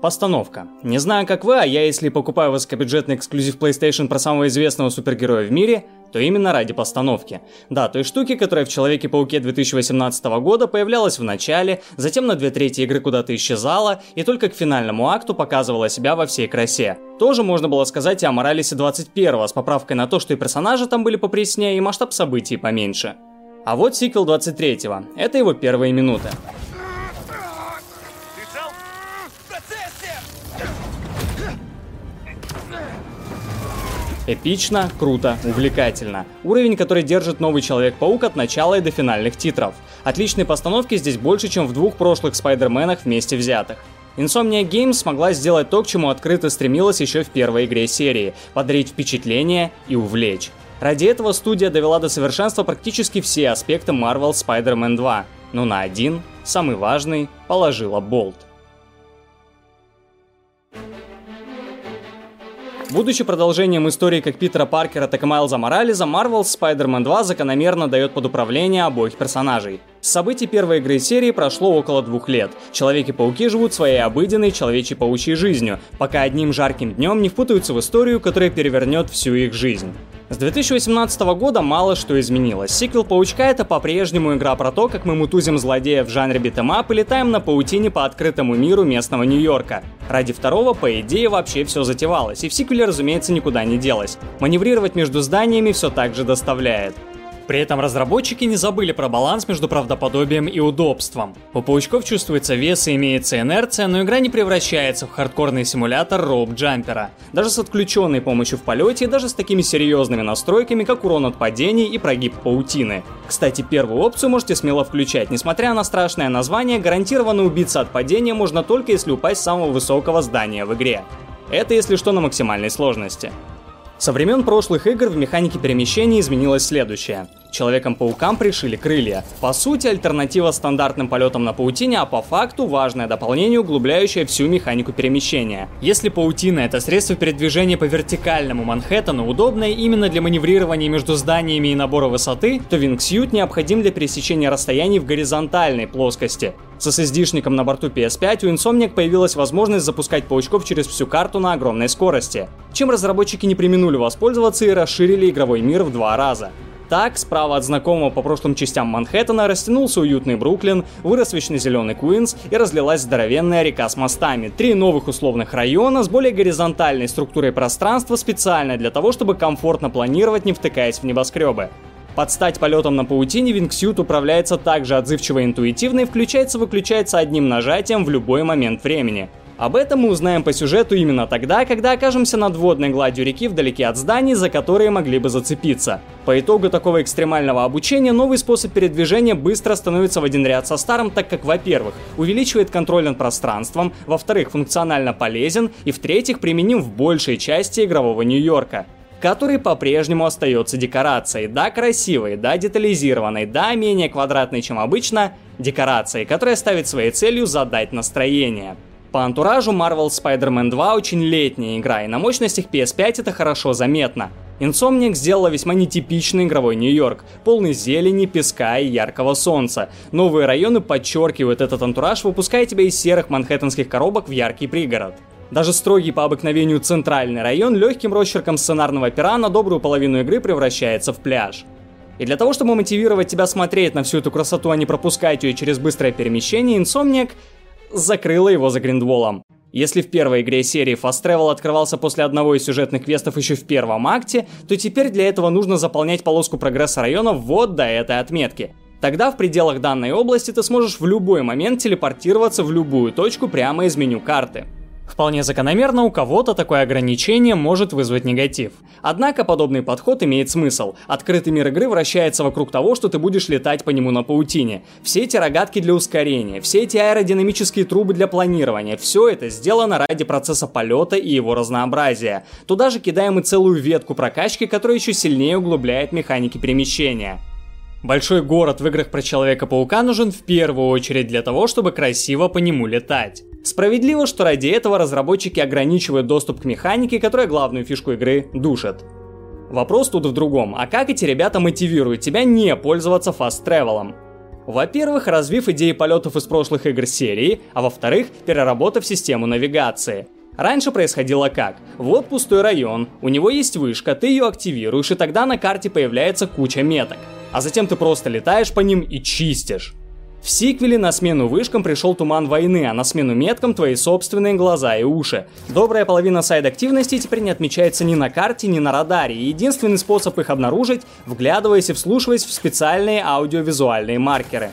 Постановка. Не знаю, как вы, а я, если покупаю высокобюджетный эксклюзив PlayStation про самого известного супергероя в мире, то именно ради постановки. Да, той штуки, которая в Человеке-пауке 2018 года появлялась в начале, затем на 2/3 игры куда-то исчезала и только к финальному акту показывала себя во всей красе. Тоже можно было сказать и о Моралесе 21 с поправкой на то, что и персонажи там были попреснее, и масштаб событий поменьше. А вот сиквел 23-го. Это его первые минуты. Эпично, круто, увлекательно. Уровень, который держит новый Человек-паук от начала и до финальных титров. Отличной постановки здесь больше, чем в двух прошлых Спайдерменах вместе взятых. Insomniac Games смогла сделать то, к чему открыто стремилась еще в первой игре серии – подарить впечатление и увлечь. Ради этого студия довела до совершенства практически все аспекты Marvel Spider-Man 2, но на один, самый важный, положила болт. Будучи продолжением истории как Питера Паркера, так и Майлза Моралеса, Marvel's Spider-Man 2 закономерно дает под управление обоих персонажей. С событий первой игры серии прошло около 2 лет. Человеки-пауки живут своей обыденной человечьей паучьей жизнью, пока одним жарким днем не впутаются в историю, которая перевернет всю их жизнь. С 2018 года мало что изменилось. Сиквел Паучка — это по-прежнему игра про то, как мы мутузим злодеев в жанре битэмап и летаем на паутине по открытому миру местного Нью-Йорка. Ради второго, по идее, вообще все затевалось, и в сиквеле, разумеется, никуда не делось. Маневрировать между зданиями все так же доставляет. При этом разработчики не забыли про баланс между правдоподобием и удобством. У паучков чувствуется вес и имеется инерция, но игра не превращается в хардкорный симулятор роуп-джампера. Даже с отключенной помощью в полете и даже с такими серьезными настройками, как урон от падений и прогиб паутины. Кстати, первую опцию можете смело включать, несмотря на страшное название, гарантированно убиться от падения можно только если упасть с самого высокого здания в игре. Это если что на максимальной сложности. Со времен прошлых игр в механике перемещения изменилось следующее. Человекам-паукам пришили крылья. По сути, альтернатива стандартным полетам на паутине, а по факту важное дополнение, углубляющее всю механику перемещения. Если паутина — это средство передвижения по вертикальному Манхэттену, удобное именно для маневрирования между зданиями и набора высоты, то Wingsuit необходим для пересечения расстояний в горизонтальной плоскости. С SSD-шником на борту PS5 у Insomniac появилась возможность запускать паучков через всю карту на огромной скорости, чем разработчики не преминули воспользоваться и расширили игровой мир в 2 раза. Так, справа от знакомого по прошлым частям Манхэттена растянулся уютный Бруклин, вырос вечно-зеленый Куинс и разлилась здоровенная река с мостами. 3 новых условных района с более горизонтальной структурой пространства специально для того, чтобы комфортно планировать, не втыкаясь в небоскребы. Под стать полетом на паутине Wingsuit управляется также отзывчиво и интуитивно и включается-выключается одним нажатием в любой момент времени. Об этом мы узнаем по сюжету именно тогда, когда окажемся над водной гладью реки вдалеке от зданий, за которые могли бы зацепиться. По итогу такого экстремального обучения новый способ передвижения быстро становится в один ряд со старым, так как, во-первых, увеличивает контроль над пространством, во-вторых, функционально полезен и, в-третьих, применим в большей части игрового Нью-Йорка, который по-прежнему остается декорацией. Да, красивой, да, детализированной, да, менее квадратной, чем обычно, декорацией, которая ставит своей целью задать настроение. По антуражу Marvel's Spider-Man 2 очень летняя игра, и на мощностях PS5 это хорошо заметно. Insomniac сделала весьма нетипичный игровой Нью-Йорк, полный зелени, песка и яркого солнца. Новые районы подчеркивают этот антураж, выпуская тебя из серых манхэттенских коробок в яркий пригород. Даже строгий по обыкновению центральный район легким росчерком сценарного пера на добрую половину игры превращается в пляж. И для того, чтобы мотивировать тебя смотреть на всю эту красоту, а не пропускать ее через быстрое перемещение, Insomniac закрыла его за гриндволом. Если в первой игре серии Fast Travel открывался после одного из сюжетных квестов еще в первом акте, то теперь для этого нужно заполнять полоску прогресса района вот до этой отметки. Тогда в пределах данной области ты сможешь в любой момент телепортироваться в любую точку прямо из меню карты. Вполне закономерно, у кого-то такое ограничение может вызвать негатив. Однако подобный подход имеет смысл. Открытый мир игры вращается вокруг того, что ты будешь летать по нему на паутине. Все эти рогатки для ускорения, все эти аэродинамические трубы для планирования, все это сделано ради процесса полета и его разнообразия. Туда же кидаем и целую ветку прокачки, которая еще сильнее углубляет механики перемещения. Большой город в играх про Человека-паука нужен в первую очередь для того, чтобы красиво по нему летать. Справедливо, что ради этого разработчики ограничивают доступ к механике, которая главную фишку игры душит. Вопрос тут в другом, а как эти ребята мотивируют тебя не пользоваться Fast Travel'ом? Во-первых, развив идеи полетов из прошлых игр серии, а во-вторых, переработав систему навигации. Раньше происходило как? Вот пустой район, у него есть вышка, ты ее активируешь, и тогда на карте появляется куча меток. А затем ты просто летаешь по ним и чистишь. В сиквеле на смену вышкам пришел Туман Войны, а на смену меткам твои собственные глаза и уши. Добрая половина сайд-активностей теперь не отмечается ни на карте, ни на радаре, и единственный способ их обнаружить – вглядываясь и вслушиваясь в специальные аудиовизуальные маркеры.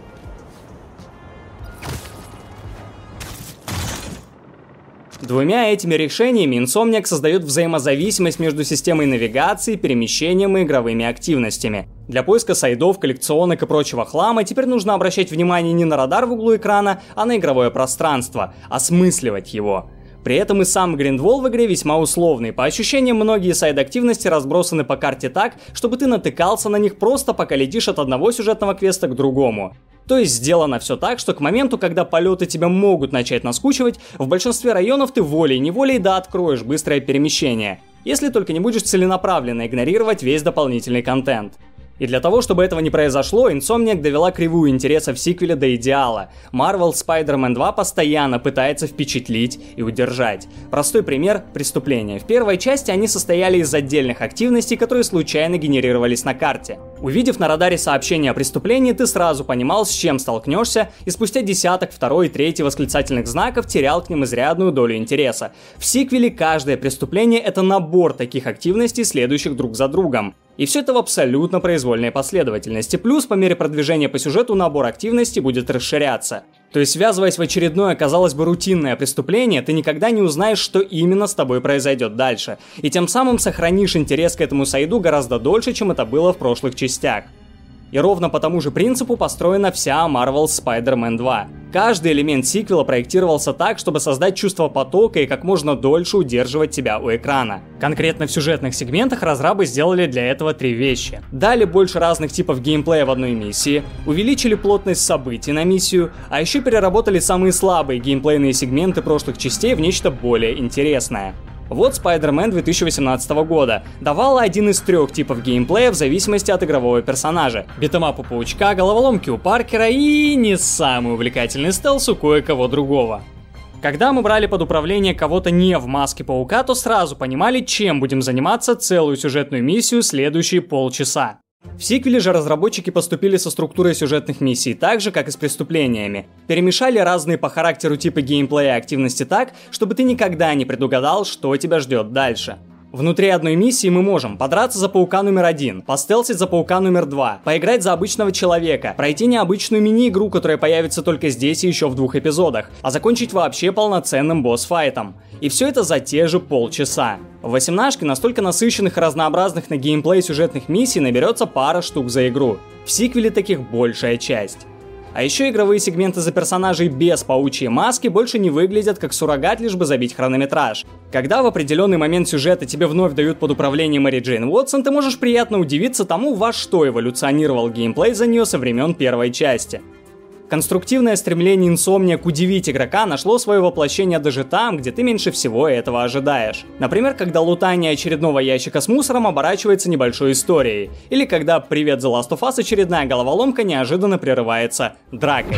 Двумя этими решениями Insomniac создает взаимозависимость между системой навигации, перемещением и игровыми активностями. Для поиска сайдов, коллекционок и прочего хлама теперь нужно обращать внимание не на радар в углу экрана, а на игровое пространство, осмысливать его. При этом и сам гриндвол в игре весьма условный. По ощущениям, многие сайд-активности разбросаны по карте так, чтобы ты натыкался на них просто пока летишь от одного сюжетного квеста к другому. То есть сделано все так, что к моменту, когда полеты тебя могут начать наскучивать, в большинстве районов ты волей-неволей откроешь быстрое перемещение. Если только не будешь целенаправленно игнорировать весь дополнительный контент. И для того, чтобы этого не произошло, Insomniac довела кривую интереса в сиквеле до идеала. Marvel's Spider-Man 2 постоянно пытается впечатлить и удержать. Простой пример – преступления. В первой части они состояли из отдельных активностей, которые случайно генерировались на карте. Увидев на радаре сообщение о преступлении, ты сразу понимал, с чем столкнешься, и спустя десяток, второй и третий восклицательных знаков терял к ним изрядную долю интереса. В сиквеле каждое преступление – это набор таких активностей, следующих друг за другом. И все это в абсолютно произвольной последовательности, плюс по мере продвижения по сюжету набор активностей будет расширяться. То есть, связываясь в очередное, казалось бы, рутинное преступление, ты никогда не узнаешь, что именно с тобой произойдет дальше, и тем самым сохранишь интерес к этому сайду гораздо дольше, чем это было в прошлых частях. И ровно по тому же принципу построена вся Marvel's Spider-Man 2. Каждый элемент сиквела проектировался так, чтобы создать чувство потока и как можно дольше удерживать тебя у экрана. Конкретно в сюжетных сегментах разрабы сделали для этого 3 вещи. Дали больше разных типов геймплея в одной миссии, увеличили плотность событий на миссию, а еще переработали самые слабые геймплейные сегменты прошлых частей в нечто более интересное. Вот Spider-Man 2018 года давала один из 3 типов геймплея в зависимости от игрового персонажа. Битэмап у Паучка, головоломки у Паркера и не самый увлекательный стелс у кое-кого другого. Когда мы брали под управление кого-то не в маске Паука, то сразу понимали, чем будем заниматься целую сюжетную миссию следующие полчаса. В сиквеле же разработчики поступили со структурой сюжетных миссий так же, как и с преступлениями. Перемешали разные по характеру типы геймплея и активности так, чтобы ты никогда не предугадал, что тебя ждет дальше. Внутри одной миссии мы можем подраться за Паука номер 1, постелсить за Паука номер 2, поиграть за обычного человека, пройти необычную мини-игру, которая появится только здесь и еще в 2 эпизодах, а закончить вообще полноценным босс-файтом. И все это за те же полчаса. В 18-шке настолько насыщенных и разнообразных на геймплей сюжетных миссий наберется пара штук за игру. В сиквеле таких большая часть. А еще игровые сегменты за персонажей без паучьей маски больше не выглядят как суррогат, лишь бы забить хронометраж. Когда в определенный момент сюжета тебе вновь дают под управление Мэри Джейн Уотсон, ты можешь приятно удивиться тому, во что эволюционировал геймплей за нее со времен первой части. Конструктивное стремление Insomniac удивить игрока нашло свое воплощение даже там, где ты меньше всего этого ожидаешь. Например, когда лутание очередного ящика с мусором оборачивается небольшой историей. Или когда «Привет, The Last of Us» очередная головоломка неожиданно прерывается дракой.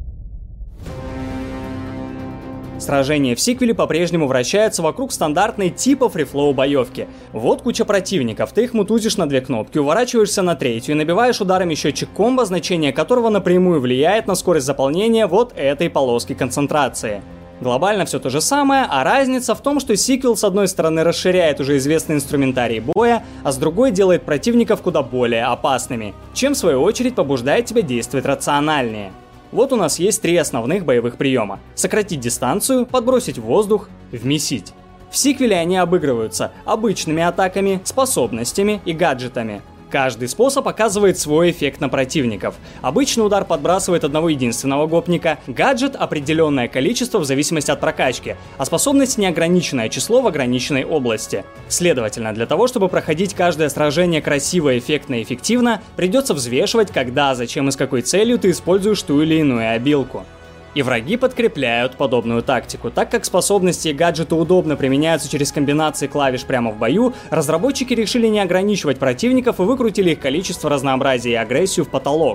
Сражения в сиквеле по-прежнему вращаются вокруг стандартной типа фрифлоу боевки. Вот куча противников, ты их мутузишь на 2 кнопки, уворачиваешься на 3-ю и набиваешь ударами счетчик комбо, значение которого напрямую влияет на скорость заполнения вот этой полоски концентрации. Глобально все то же самое, а разница в том, что сиквел с одной стороны расширяет уже известный инструментарий боя, а с другой делает противников куда более опасными, чем в свою очередь побуждает тебя действовать рациональнее. Вот у нас есть 3 основных боевых приема. Сократить дистанцию, подбросить в воздух, вмесить. В сиквеле они обыгрываются обычными атаками, способностями и гаджетами. Каждый способ оказывает свой эффект на противников. Обычный удар подбрасывает одного единственного гопника, гаджет — определенное количество в зависимости от прокачки, а способность — неограниченное число в ограниченной области. Следовательно, для того, чтобы проходить каждое сражение красиво, эффектно и эффективно, придется взвешивать, когда, зачем и с какой целью ты используешь ту или иную обилку. И враги подкрепляют подобную тактику. Так как способности и гаджеты удобно применяются через комбинации клавиш прямо в бою, разработчики решили не ограничивать противников и выкрутили их количество, разнообразие и агрессию в потолок.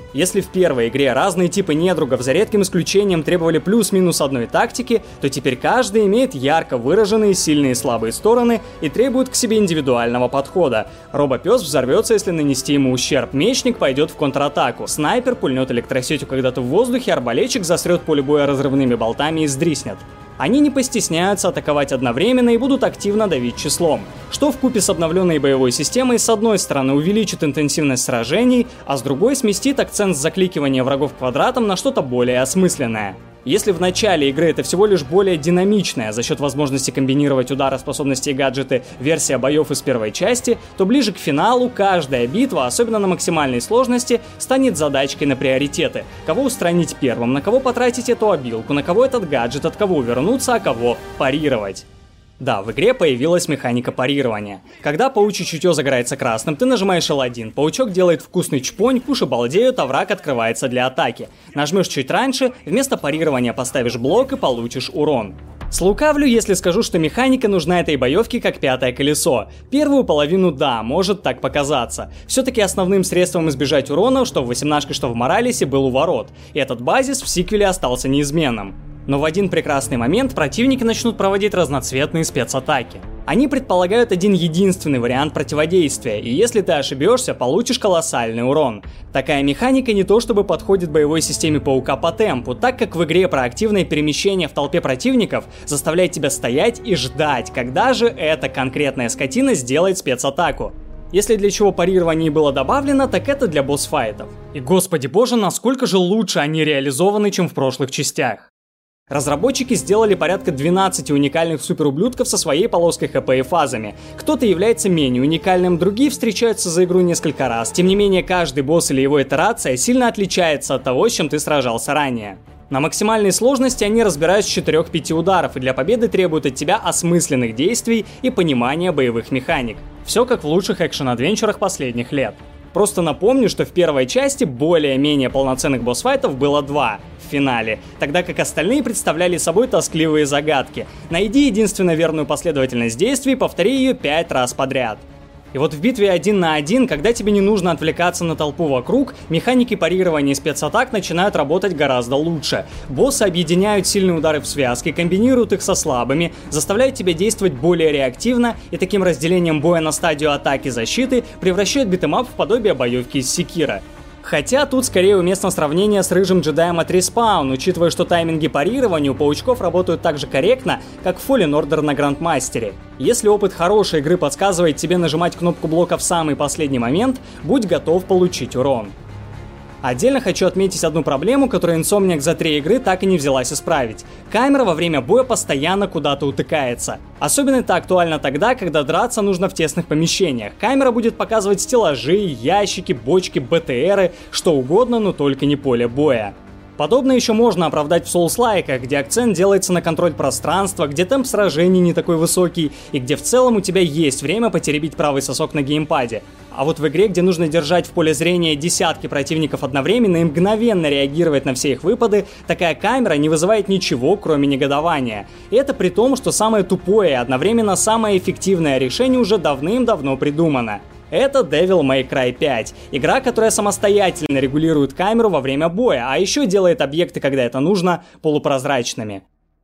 Если в первой игре разные типы недругов за редким исключением требовали плюс-минус одной тактики, то теперь каждый имеет ярко выраженные сильные и слабые стороны и требует к себе индивидуального подхода. Робопес взорвется, если нанести ему ущерб, мечник пойдет в контратаку, снайпер пульнет электросетью когда-то в воздухе, арбалетчик засрет поле боя разрывными болтами и сдриснет. Они не постесняются атаковать одновременно и будут активно давить числом, что вкупе с обновленной боевой системой с одной стороны увеличит интенсивность сражений, а с другой сместит акцент с закликивания врагов квадратом на что-то более осмысленное. Если в начале игры это всего лишь более динамичная за счет возможности комбинировать удары, способности и гаджеты версия боев из первой части, то ближе к финалу каждая битва, особенно на максимальной сложности, станет задачкой на приоритеты. Кого устранить первым, на кого потратить эту обилку, на кого этот гаджет, от кого увернуться, а кого парировать. Да, в игре появилась механика парирования. Когда паучье чутье загорается красным, ты нажимаешь L1, паучок делает вкусный чпонь, куши балдеют, а враг открывается для атаки. Нажмешь чуть раньше, вместо парирования поставишь блок и получишь урон. Слукавлю, если скажу, что механика нужна этой боевке как пятое колесо. Первую половину да, может так показаться. Все-таки основным средством избежать урона, что в 18, что в Моралесе, был уворот. И этот базис в сиквеле остался неизменным. Но в один прекрасный момент противники начнут проводить разноцветные спецатаки. Они предполагают один единственный вариант противодействия, и если ты ошибешься, получишь колоссальный урон. Такая механика не то чтобы подходит боевой системе Паука по темпу, так как в игре проактивное перемещение в толпе противников заставляет тебя стоять и ждать, когда же эта конкретная скотина сделает спецатаку. Если для чего парирование было добавлено, так это для босс-файтов. И господи боже, насколько же лучше они реализованы, чем в прошлых частях. Разработчики сделали порядка 12 уникальных суперублюдков со своей полоской ХП и фазами. Кто-то является менее уникальным, другие встречаются за игру несколько раз. Тем не менее, каждый босс или его итерация сильно отличается от того, с чем ты сражался ранее. На максимальной сложности они разбирают с 4-5 ударов и для победы требуют от тебя осмысленных действий и понимания боевых механик. Все как в лучших экшен-адвенчурах последних лет. Просто напомню, что в первой части более-менее полноценных босс-файтов было 2 в финале, тогда как остальные представляли собой тоскливые загадки. Найди единственно верную последовательность действий и повтори ее 5 раз подряд. И вот в битве 1 на 1, когда тебе не нужно отвлекаться на толпу вокруг, механики парирования и спецатак начинают работать гораздо лучше. Боссы объединяют сильные удары в связке, комбинируют их со слабыми, заставляют тебя действовать более реактивно и таким разделением боя на стадию атаки и защиты превращают битэмап в подобие боевки из Секиро. Хотя тут скорее уместно сравнение с рыжим джедаем от Respawn, учитывая, что тайминги парирования у паучков работают так же корректно, как в Fallen Order на Грандмастере. Если опыт хорошей игры подсказывает тебе нажимать кнопку блока в самый последний момент, будь готов получить урон. Отдельно хочу отметить одну проблему, которую Insomniac за 3 игры так и не взялась исправить. Камера во время боя постоянно куда-то утыкается. Особенно это актуально тогда, когда драться нужно в тесных помещениях. Камера будет показывать стеллажи, ящики, бочки, БТРы, что угодно, но только не поле боя. Подобное еще можно оправдать в Souls-лайках, где акцент делается на контроль пространства, где темп сражений не такой высокий и где в целом у тебя есть время потеребить правый сосок на геймпаде. А вот в игре, где нужно держать в поле зрения десятки противников одновременно и мгновенно реагировать на все их выпады, такая камера не вызывает ничего, кроме негодования. И это при том, что самое тупое и одновременно самое эффективное решение уже давным-давно придумано. Это Devil May Cry 5, игра, которая самостоятельно регулирует камеру во время боя, а еще делает объекты, когда это нужно, полупрозрачными.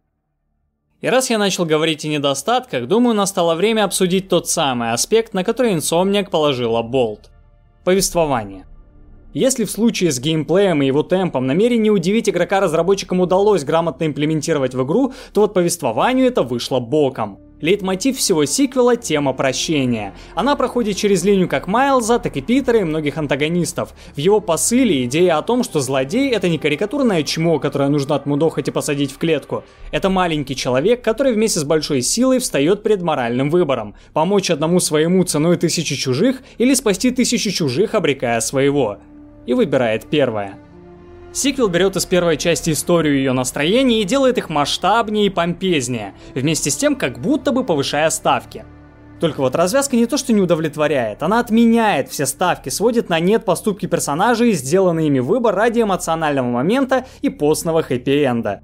И раз я начал говорить о недостатках, думаю, настало время обсудить тот самый аспект, на который Insomniac положила болт. Повествование. Если в случае с геймплеем и его темпом намерение удивить игрока разработчикам удалось грамотно имплементировать в игру, то вот повествованию это вышло боком. Лейтмотив всего сиквела – тема прощения. Она проходит через линию как Майлза, так и Питера и многих антагонистов. В его посыле идея о том, что злодей – это не карикатурное чмо, которое нужно отмудохать и посадить в клетку. Это маленький человек, который вместе с большой силой встает перед моральным выбором – помочь одному своему ценой 1000 чужих или спасти 1000 чужих, обрекая своего. И выбирает первое. Сиквел берет из первой части историю и ее настроение и делает их масштабнее и помпезнее, вместе с тем как будто бы повышая ставки. Только вот развязка не то что не удовлетворяет, она отменяет все ставки, сводит на нет поступки персонажей и сделанный ими выбор ради эмоционального момента и постного хэппи-энда.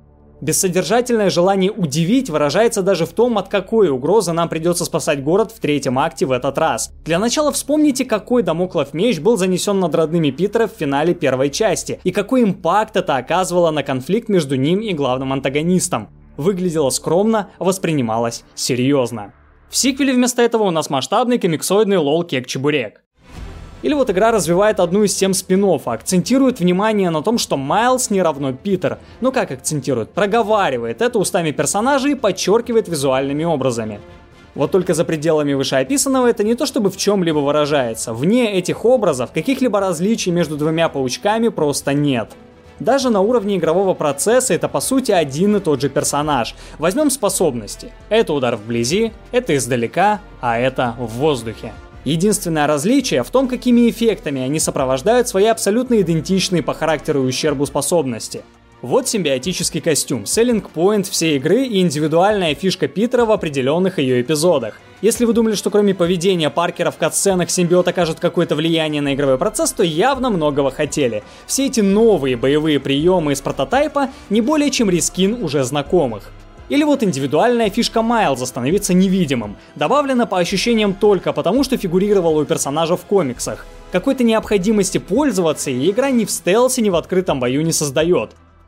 Бессодержательное желание удивить выражается даже в том, от какой угрозы нам придется спасать город в третьем акте в этот раз. Для начала вспомните, какой дамоклов меч был занесен над родными Питера в финале первой части, и какой импакт это оказывало на конфликт между ним и главным антагонистом. Выглядело скромно, воспринималось серьезно. В сиквеле вместо этого у нас масштабный комиксоидный лол-кек-чебурек. Или вот игра развивает одну из тем спин-оффа, акцентирует внимание на том, что Майлз не равно Питер. Ну как акцентирует? Проговаривает это устами персонажей и подчеркивает визуальными образами. Вот только за пределами вышеописанного это не то чтобы в чем-либо выражается. Вне этих образов каких-либо различий между двумя паучками просто нет. Даже на уровне игрового процесса это по сути один и тот же персонаж. Возьмем способности. Это удар вблизи, это издалека, а это в воздухе. Единственное различие в том, какими эффектами они сопровождают свои абсолютно идентичные по характеру и ущербу способности. Вот симбиотический костюм, selling point всей игры и индивидуальная фишка Питера в определенных ее эпизодах. Если вы думали, что кроме поведения Паркера в катсценах симбиот окажет какое-то влияние на игровой процесс, то явно многого хотели. Все эти новые боевые приемы из прототайпа не более чем рескин уже знакомых. Или вот индивидуальная фишка Майлза становиться невидимым, добавлена по ощущениям только потому, что фигурировала у персонажа в комиксах. Какой-то необходимости пользоваться и игра ни в стелсе, ни в открытом бою не создает.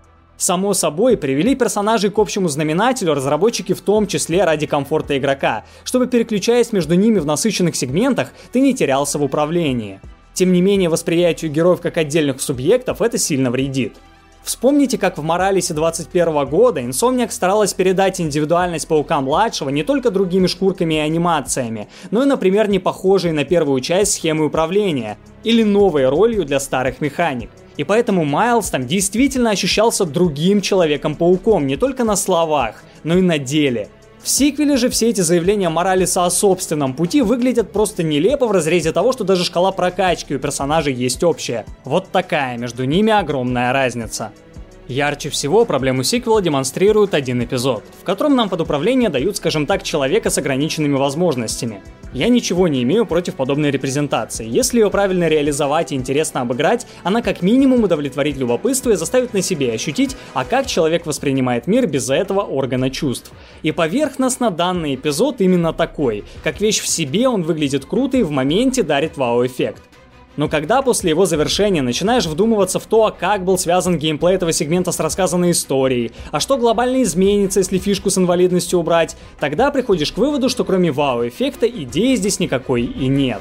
Само собой, привели персонажей к общему знаменателю разработчики в том числе ради комфорта игрока, чтобы, переключаясь между ними в насыщенных сегментах, ты не терялся в управлении. Тем не менее, восприятию героев как отдельных субъектов это сильно вредит. Вспомните, как в Моралесе 21 года Insomniac старалась передать индивидуальность Паука-младшего не только другими шкурками и анимациями, но и, например, не похожей на первую часть схемы управления, или новой ролью для старых механик. И поэтому Майлз там действительно ощущался другим Человеком-пауком, не только на словах, но и на деле. В сиквеле же все эти заявления Моралеса о собственном пути выглядят просто нелепо в разрезе того, что даже шкала прокачки у персонажей есть общая. Вот такая между ними огромная разница. Ярче всего проблему сиквела демонстрирует один эпизод, в котором нам под управление дают, скажем так, человека с ограниченными возможностями. Я ничего не имею против подобной репрезентации. Если ее правильно реализовать и интересно обыграть, она как минимум удовлетворит любопытство и заставит на себе ощутить, а как человек воспринимает мир без этого органа чувств. И поверхностно данный эпизод именно такой. Как вещь в себе он выглядит круто и в моменте дарит вау-эффект. Но когда после его завершения начинаешь вдумываться в то, как был связан геймплей этого сегмента с рассказанной историей, а что глобально изменится, если фишку с инвалидностью убрать, тогда приходишь к выводу, что кроме вау-эффекта идеи здесь никакой и нет.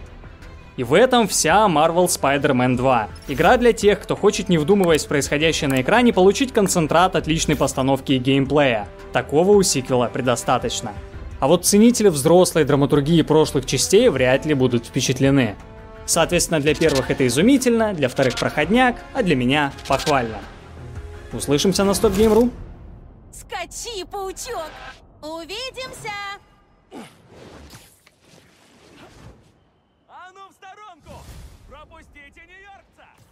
И в этом вся Marvel Spider-Man 2. Игра для тех, кто хочет, не вдумываясь в происходящее на экране, получить концентрат отличной постановки и геймплея. Такого у сиквела предостаточно. А вот ценители взрослой драматургии прошлых частей вряд ли будут впечатлены. Соответственно, для первых это изумительно, для вторых проходняк, а для меня похвально. Услышимся на StopGame.ru. Скачи, паучок! Увидимся! А ну в сторонку! Пропустите нью-йоркца!